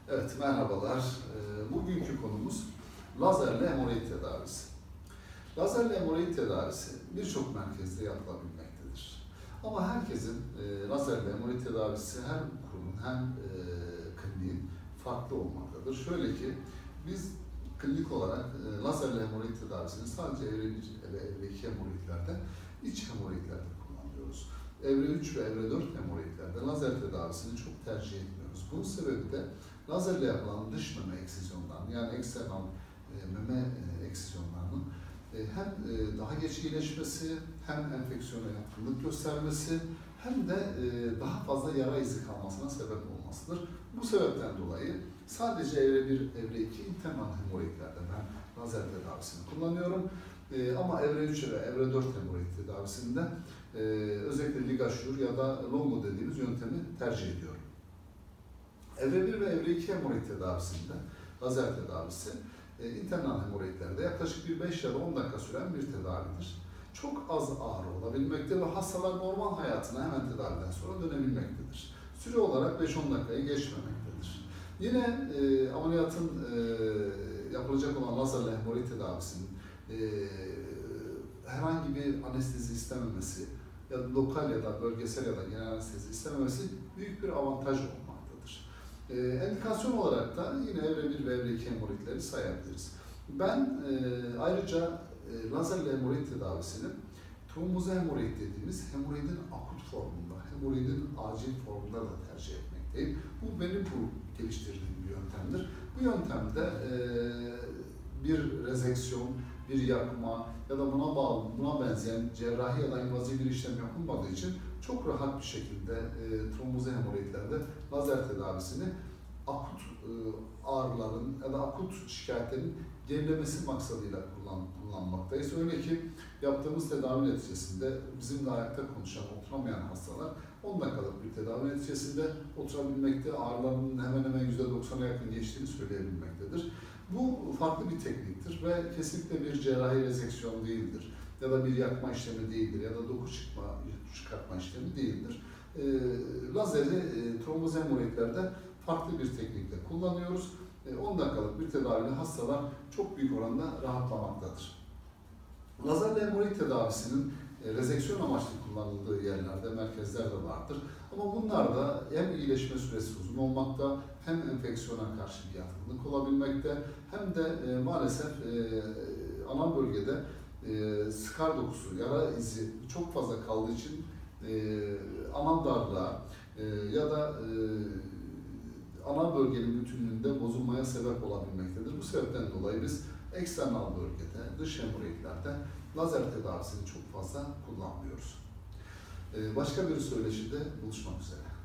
Evet, merhabalar. Bugünkü konumuz lazerle hemoroid tedavisi. Lazerle hemoroid tedavisi birçok merkezde yapılabilmektedir. Ama herkesin lazerle hemoroid tedavisi hem kurumun hem kliniğin farklı olmaktadır. Şöyle ki biz klinik olarak lazerle hemoroid tedavisini sadece evre 1 ve evre 2 hemoroidlerde, iç hemoroidlerde kullanıyoruz. Evre 3 ve evre 4 hemoroidlerde lazer tedavisini çok tercih etmiyoruz. Bunun sebebi de lazerle yapılan dış meme eksizyonlarının, yani eksternal meme eksizyonlarının hem daha geç iyileşmesi, hem enfeksiyona yatkınlık göstermesi, hem de daha fazla yara izi kalmasına sebep olmasıdır. Bu sebepten dolayı sadece evre 1, evre 2 internal hemoroidlerde ben lazer tedavisini kullanıyorum. Ama evre 3 ve evre 4 hemoroid tedavisinde özellikle ligaşur ya da longo dediğimiz yöntemi tercih ediyorum. Evre 1 ve evre 2 hemoroid tedavisinde lazer tedavisi internal hemoroidlerde yaklaşık bir 5 ya da 10 dakika süren bir tedavidir. Çok az ağrı olabilmekte ve hastalar normal hayatına hemen tedaviden sonra dönebilmektedir. Süre olarak 5-10 dakikayı geçmemektedir. Yine ameliyatın yapılacak olan lazerle hemoroid tedavisinin herhangi bir anestezi istememesi ya da lokal ya da bölgesel ya da genel anestezi istememesi büyük bir avantaj olmaktadır. Endikasyon olarak da yine evre 1 ve evre 2 hemoroidleri sayabiliriz. Ben ayrıca lazerle hemoroid tedavisini tromboze hemoroid dediğimiz hemoroidin akut formunda, hemoroidin acil formunda da tercih etmekteyim. Bu benim geliştirdiğim bir yöntemdir. Bu yöntemde bir rezeksiyon, bir yakma ya da buna benzeyen cerrahi ya da invaziv bir işlem yapılmadığı için çok rahat bir şekilde tromboze hemoroidlerde lazer tedavisini akut ağrıların ya da akut şikayetlerin gerilemesi maksadıyla kullanmaktayız. Öyle ki yaptığımız tedavi neticesinde bizimle ayakta konuşan, oturamayan hastalar 10 dakikalık bir tedavi neticesinde oturabilmekte, ağrılarının hemen hemen %90'a yakın geçtiğini söyleyebilmektedir. Bu farklı bir tekniktir ve kesinlikle bir cerrahi rezeksiyon değildir ya da bir yakma işlemi değildir ya da doku çıkartma işlemi değildir. Lazeri tromboze hemoroidlerde farklı bir teknikle kullanıyoruz. 10 dakikalık bir tedaviyle hastalar çok büyük oranda rahatlamaktadır. Lazerle hemoroid tedavisinin rezeksiyon amaçlı kullanıldığı yerlerde, merkezlerde vardır. Ama bunlar da hem iyileşme süresi uzun olmakta, hem enfeksiyona karşı bir yatkınlık olabilmekte, hem de maalesef ana bölgede skar dokusu, yara izi çok fazla kaldığı için ana darlığa ya da ana bölgenin bütünlüğünde bozulmaya sebep olabilmektedir. Bu sebepten dolayı biz eksternal bölgede, dış hemoroidlerde lazer tedavisini çok fazla kullanmıyoruz. Başka bir söyleşide buluşmak üzere.